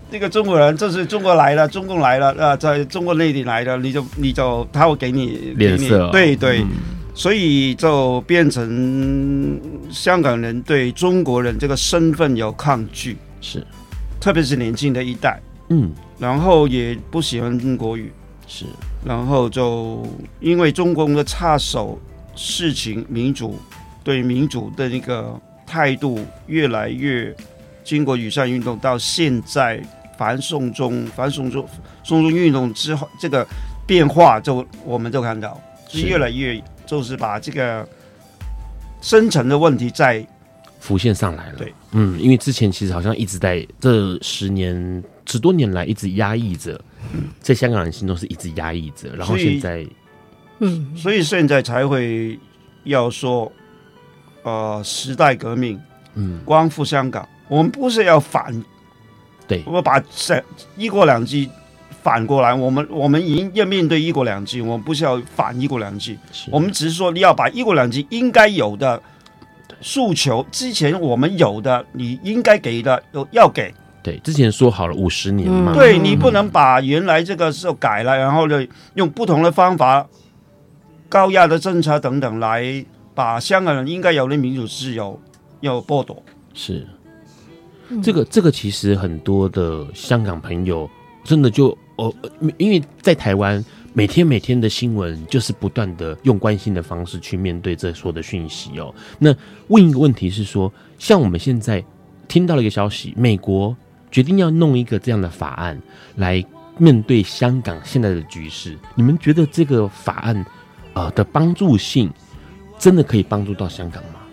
那个中国人，这是中国来了，中共来了在中国内地来的，你就他会给你脸色， 对对。所以就变成香港人对中国人这个身份有抗拒， 是， 特别是年轻的一代，然后也不喜欢中国语， 是， 然后就因为中共的插手事情，对民主的那个态度越来越，经过雨伞运动到现在反送中运动之后，这个变化我们就看到是越来越。就是把这个深层的问题再浮现上来了。 对， 因为之前其实好像一直在这10多年来一直压抑着，在香港人心中是一直压抑着，然后现在， 所以现在才会要说，时代革命，光复香港，我们不是要反， 对， 我们把一国两制。反过来，我们已经要面对一国两制，我们不是要反一国两制，我们只是说你要把一国两制应该有的诉求，之前我们有的你应该给的要给。 对，之前说好了50年嘛， 对，你不能把原来这个时候改了，然后呢用不同的方法、高压的政策等等来把香港人应该有的民主自由要剥夺。 是，这个其实很多的香港朋友真的就。因为在台湾每天的新闻就是不断的用关心的方式去面对这所有的讯息哦。那问一个问题是说，像我们现在听到了一个消息，美国决定要弄一个这样的法案来面对香港现在的局势，你们觉得这个法案的帮助性真的可以帮助到香港吗？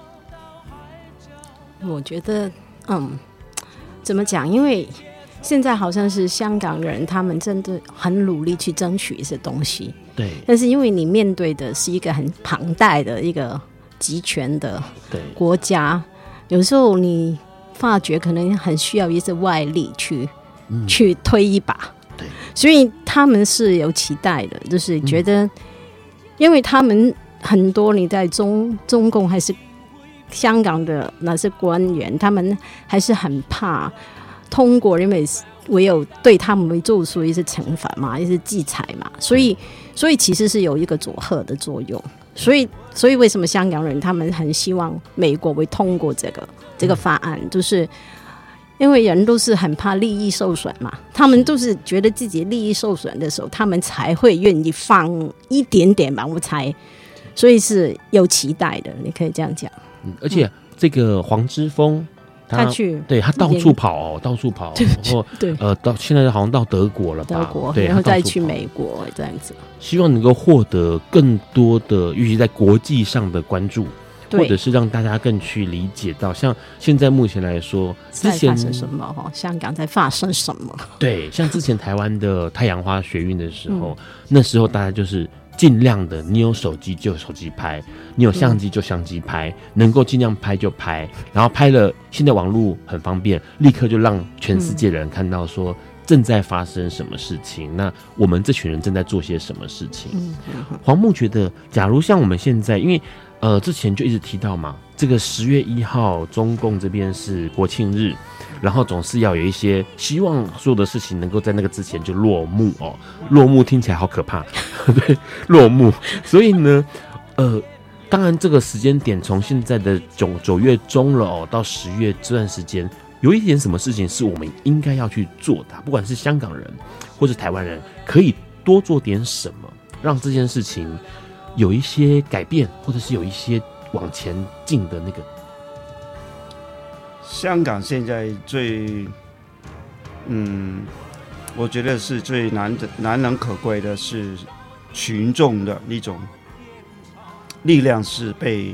我觉得怎么讲，因为现在好像是香港人他们真的很努力去争取一些东西， 对， 但是因为你面对的是一个很庞大的一个集权的国家，有时候你发觉可能很需要一些外力去推一把， 对， 所以他们是有期待的，就是觉得因为他们很多你在中共还是香港的那些官员，他们还是很怕通过，因为唯有对他们会做出一些惩罚嘛，一些制裁嘛，所以其实是有一个佐贺的作用。所以为什么香港人他们很希望美国会通过这个法案，就是因为人都是很怕利益受损嘛，他们都是觉得自己利益受损的时候，他们才会愿意放一点点吧，我猜，所以是有期待的，你可以这样讲。 而且这个黄之锋。他到处跑，到处跑，然后到现在好像到德国了吧？对， 然后再去美国这样子。 希望能够获得更多的，尤其在国际上的关注，或者是让大家更去理解到，像现在目前来说，之前在发生什么？香港在发生什么？ 对，像之前台湾的太阳花学运的时候，那时候大家就是尽量的，你有手机就手机拍，你有相机就相机拍，能够尽量拍就拍，然后拍了，现在网络很方便，立刻就让全世界人看到说正在发生什么事情，那我们这群人正在做些什么事情。黄木觉得，假如像我们现在，因为之前就一直提到嘛，这个10月1号中共这边是国庆日，然后总是要有一些希望所有的事情能够在那个之前就落幕哦。落幕听起来好可怕，对，落幕。所以呢，当然这个时间点从现在的9月中了哦，到10月这段时间，有一点什么事情是我们应该要去做的，不管是香港人或是台湾人，可以多做点什么，让这件事情有一些改变，或者是有一些往前进的那个。 香港现在我觉得是最难能可贵的是群众的那种力量是被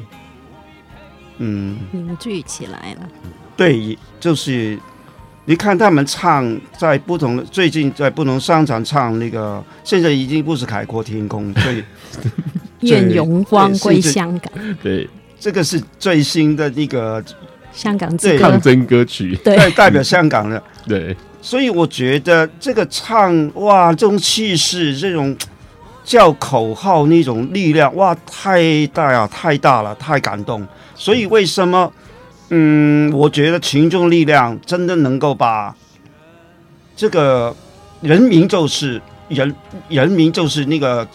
凝聚起来了。 对，就是你看他们唱在最近在不同商场唱那个，现在已经不是海阔天空， 愿荣光归香港。 对， 这个是最新的那个香港之歌抗争歌曲， 对，代表香港的。 对， 所以我觉得这个唱哇，这种气势，这种叫口号那种力量，哇，太大了，太感动。所以为什么我觉得群众力量真的能够把这个人民就是人民就是那个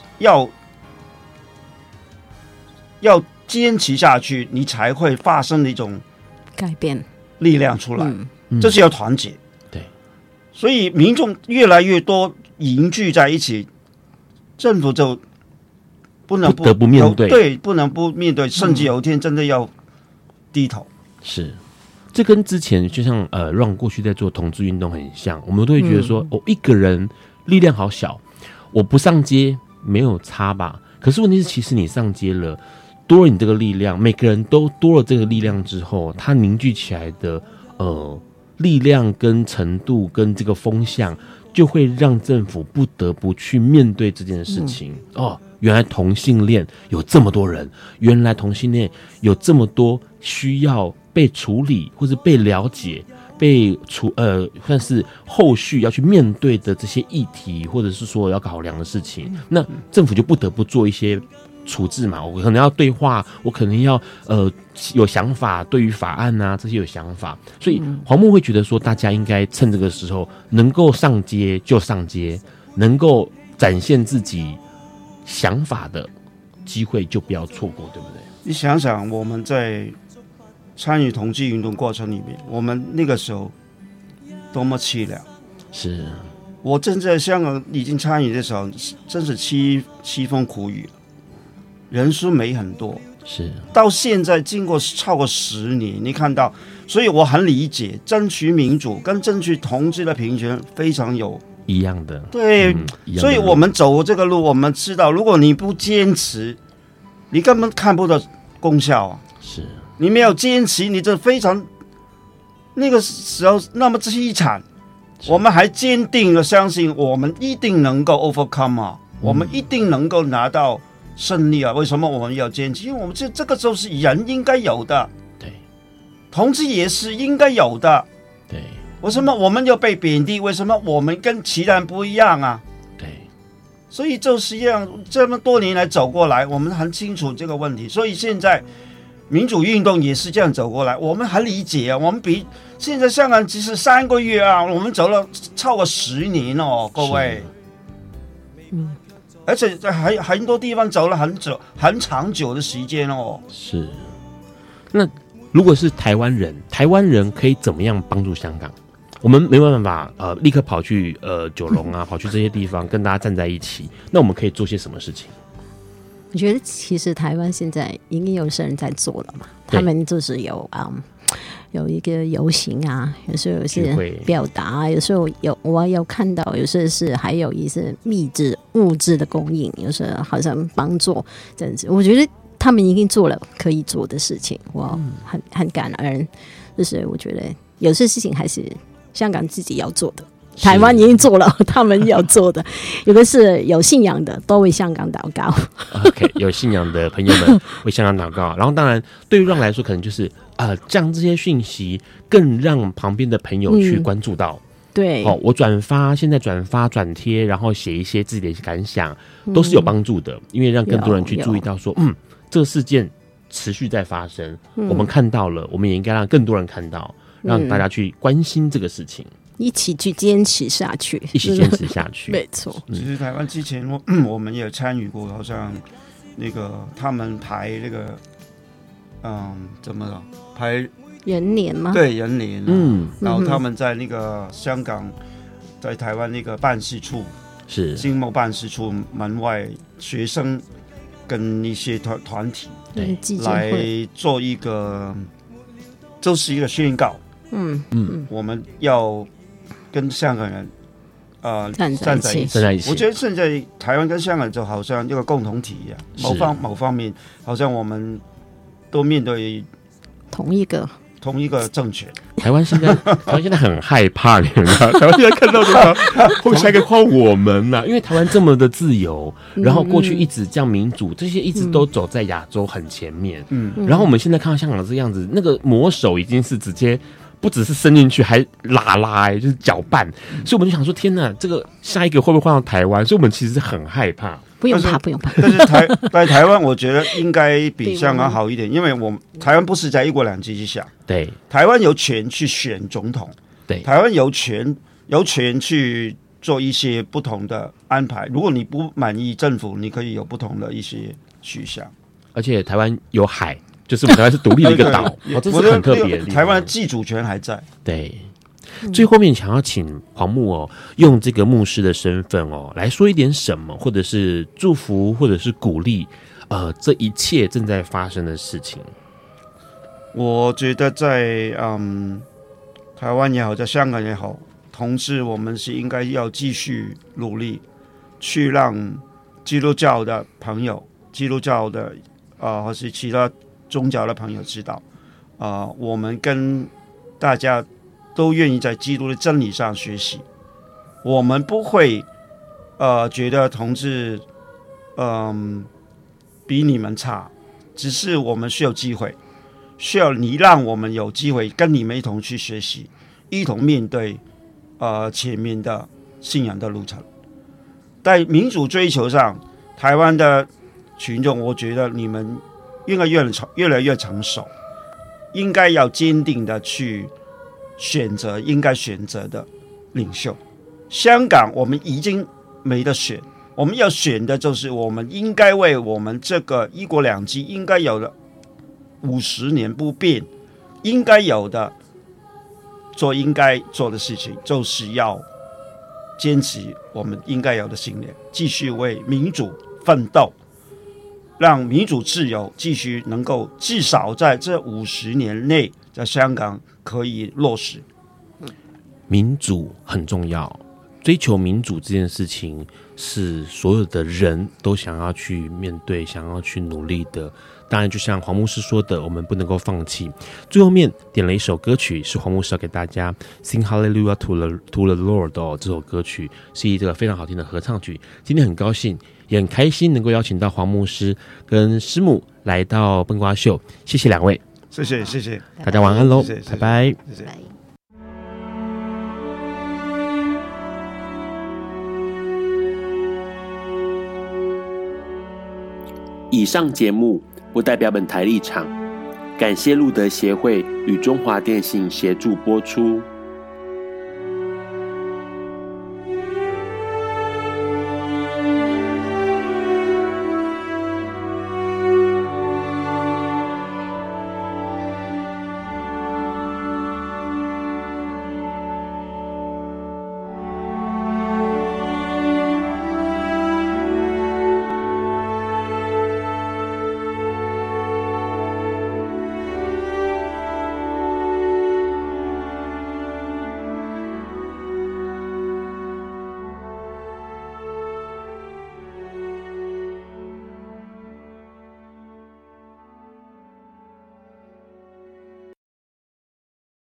要坚持下去，你才会发生的一种改变力量出来。这是要团结。 对， 所以民众越来越多凝聚在一起，政府就不得不面对，对，不能不面对，甚至有一天真的要低头。 是，这跟之前就像让过去在做同志运动很像，我们都会觉得说，一个人力量好小，我不上街没有差吧？可是问题是，其实你上街了，多了你这个力量，每个人都多了这个力量之后，它凝聚起来的力量跟程度跟这个风向，就会让政府不得不去面对这件事情。原来同性恋有这么多人，原来同性恋有这么多需要被处理或者被了解、被算是后续要去面对的这些议题，或者是说要考量的事情，那政府就不得不做一些处置嘛。我可能要对话，我可能要有想法，对于法案啊这些有想法，所以黄木会觉得说，大家应该趁这个时候能够上街就上街，能够展现自己想法的机会就不要错过，对不对？ 你想想，我们在参与同志运动过程里面，我们那个时候多么凄凉。 是我正在香港已经参与的时候，真是凄风苦雨，人数没很多。 是到现在经过超过10年，你看到，所以我很理解，争取民主跟争取同志的平权非常有一样的。 对，所以我们走这个路，我们知道，如果你不坚持，你根本看不到功效啊。 是你没有坚持，你这非常那个时候那么凄惨，我们还坚定的相信我们一定能够 overcome 啊，我们一定能够拿到胜利啊！为什么我们要坚持？因为我们这个就是人应该有的， 对， 同志也是应该有的， 对。 为什么我们要被贬低？为什么我们跟其他人不一样啊？ 对， 所以就是这么多年来走过来，我们很清楚这个问题。所以现在民主运动也是这样走过来，我们很理解啊。我们比现在香港只是3个月啊，我们走了超过10年哦，各位。而且在很多地方走了很长久的时间哦。 是。那如果是台湾人可以怎么样帮助香港？我们没办法立刻跑去九龙啊，跑去这些地方跟大家站在一起。那我们可以做些什么事情？ 我觉得其实台湾现在已经有些人在做了嘛，他们就是有一个游行啊，有时候有些表达啊，有时候我有看到，有时候是还有一些物质的供应，有时候好像帮助这样子。我觉得他们已经做了可以做的事情，我很感恩。就是我觉得有些事情还是香港自己要做的，台湾已经做了，他们要做的。有的是有信仰的，都为香港祷告。 OK， 有信仰的朋友们为香港祷告。然后当然，对于让来说，可能就是将这些讯息更让旁边的朋友去关注到。 对， 我现在转发转贴，然后写一些自己的感想，都是有帮助的，因为让更多人去注意到说，这个事件持续在发生，我们看到了，我们也应该让更多人看到，让大家去关心这个事情， 一起去坚持下去，没错。 其实台湾之前我们也参与过，好像那个他们排那个怎么了？排人年吗？ 对，人年。然后他们在那个香港，在台湾那个办事处， 是经贸办事处门外，学生跟一些团体来做一个，就是一个宣告。我们要跟香港人站在一起。我觉得现在台湾跟香港就好像一个共同体一样，某方面好像我们都面对同一个政权。 台湾现在很害怕，你知道？台湾现在看到的会下一个换我们因为台湾这么的自由，然后过去一直这样民主，这些一直都走在亚洲很前面。然后我们现在看到香港这样子，那个魔手已经是直接不只是伸进去，还拉就是搅拌。所以我们就想说，天哪，这个下一个会不会换到台湾？所以我们其实很害怕。 不用怕。 但是在台湾，我觉得应该比香港好一点，因为台湾不是在一国两制之下。 对， 台湾有权去选总统。 对， 台湾有权有权去做一些不同的安排。如果你不满意政府，你可以有不同的一些取向。 而且台湾有海，就是我们台湾是独立的一个岛，这是很特别的地方。 台湾的自主权还在。 对。最后面想要请黄牧用这个牧师的身份来说一点什么，或者是祝福，或者是鼓励，这一切正在发生的事情。 我觉得在台湾也好，在香港也好，同志我们是应该要继续努力，去让基督教的朋友、基督教的或是其他宗教的朋友知道，我们跟大家都愿意在基督的真理上学习，我们不会觉得同志比你们差，只是我们需要机会，需要你让我们有机会跟你们一同去学习，一同面对前面的信仰的路程。在民主追求上，台湾的群众，我觉得你们应该越来越成熟，应该要坚定的去选择应该选择的领袖。香港我们已经没得选，我们要选的就是我们应该为我们这个一国两制应该有的50年不变，应该有的做应该做的事情，就是要坚持我们应该有的信念，继续为民主奋斗，让民主自由继续能够至少在这50年内在香港可以落实。 民主很重要，追求民主这件事情是所有的人都想要去面对、想要去努力的。当然，就像黄牧师说的，我们不能够放弃。最后面点了一首歌曲，是黄牧师要给大家 Sing Hallelujah to the Lord 这首歌曲是一个非常好听的合唱曲。今天很高兴，也很开心能够邀请到黄牧师跟师母来到笨瓜秀，谢谢两位， 谢谢谢谢， 大家晚安喽，拜拜， 谢谢。 以上节目不代表本台立场，感谢路德协会与中华电信协助播出。